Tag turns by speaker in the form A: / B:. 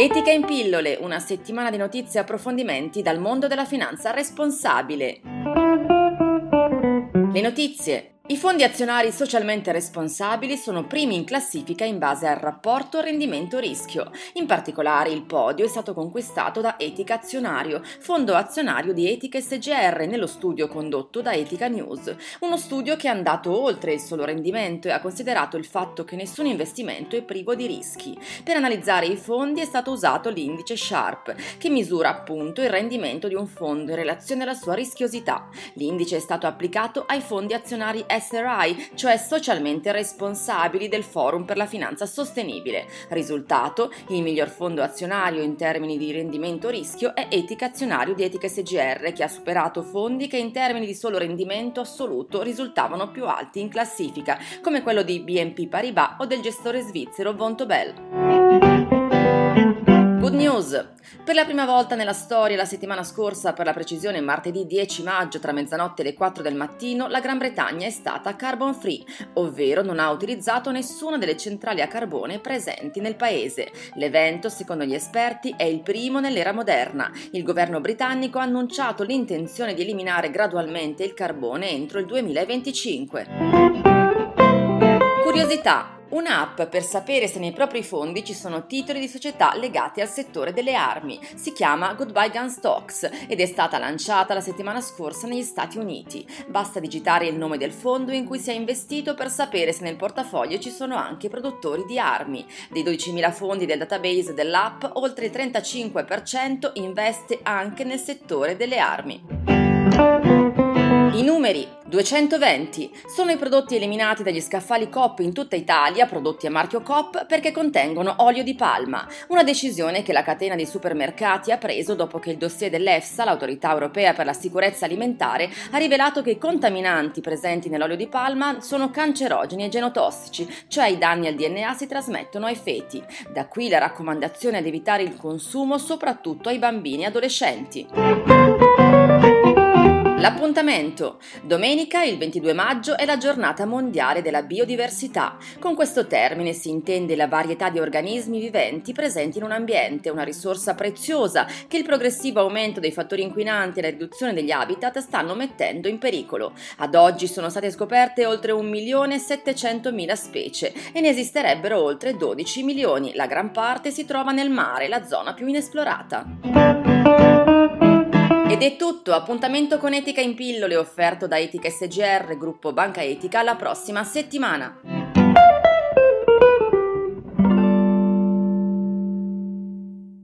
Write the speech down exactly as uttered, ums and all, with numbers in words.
A: Etica in pillole, una settimana di notizie e approfondimenti dal mondo della finanza responsabile. Le notizie. I fondi azionari socialmente responsabili sono primi in classifica in base al rapporto rendimento-rischio. In particolare il podio è stato conquistato da Etica Azionario, fondo azionario di Etica S G R, nello studio condotto da Etica News. Uno studio che è andato oltre il solo rendimento e ha considerato il fatto che nessun investimento è privo di rischi. Per analizzare i fondi è stato usato l'indice Sharpe, che misura appunto il rendimento di un fondo in relazione alla sua rischiosità. L'indice è stato applicato ai fondi azionari S R I, cioè socialmente responsabili del Forum per la Finanza Sostenibile. Risultato: il miglior fondo azionario in termini di rendimento rischio è Etica Azionario di Etica S G R, che ha superato fondi che in termini di solo rendimento assoluto risultavano più alti in classifica, come quello di B N P Paribas o del gestore svizzero Vontobel. Good news! Per la prima volta nella storia, la settimana scorsa, per la precisione martedì dieci maggio tra mezzanotte e le quattro del mattino, la Gran Bretagna è stata carbon free, ovvero non ha utilizzato nessuna delle centrali a carbone presenti nel paese. L'evento, secondo gli esperti, è il primo nell'era moderna. Il governo britannico ha annunciato l'intenzione di eliminare gradualmente il carbone entro il duemilaventicinque. Curiosità. Un'app per sapere se nei propri fondi ci sono titoli di società legati al settore delle armi. Si chiama Goodbye Gun Stocks ed è stata lanciata la settimana scorsa negli Stati Uniti. Basta digitare il nome del fondo in cui si è investito per sapere se nel portafoglio ci sono anche produttori di armi. Dei dodicimila fondi del database dell'app, oltre il trentacinque per cento investe anche nel settore delle armi. I numeri: duecentoventi sono i prodotti eliminati dagli scaffali Coop in tutta Italia, prodotti a marchio Coop, perché contengono olio di palma. Una decisione che la catena di supermercati ha preso dopo che il dossier dell'EFSA, l'autorità europea per la sicurezza alimentare, ha rivelato che i contaminanti presenti nell'olio di palma sono cancerogeni e genotossici, cioè i danni al D N A si trasmettono ai feti. Da qui la raccomandazione ad evitare il consumo soprattutto ai bambini e adolescenti. L'appuntamento. Domenica, il ventidue maggio, è la giornata mondiale della biodiversità. Con questo termine si intende la varietà di organismi viventi presenti in un ambiente, una risorsa preziosa che il progressivo aumento dei fattori inquinanti e la riduzione degli habitat stanno mettendo in pericolo. Ad oggi sono state scoperte oltre un milione e settecentomila specie e ne esisterebbero oltre dodici milioni. La gran parte si trova nel mare, la zona più inesplorata. Ed è tutto, appuntamento con Etica in pillole offerto da Etica S G R, gruppo Banca Etica, alla prossima settimana.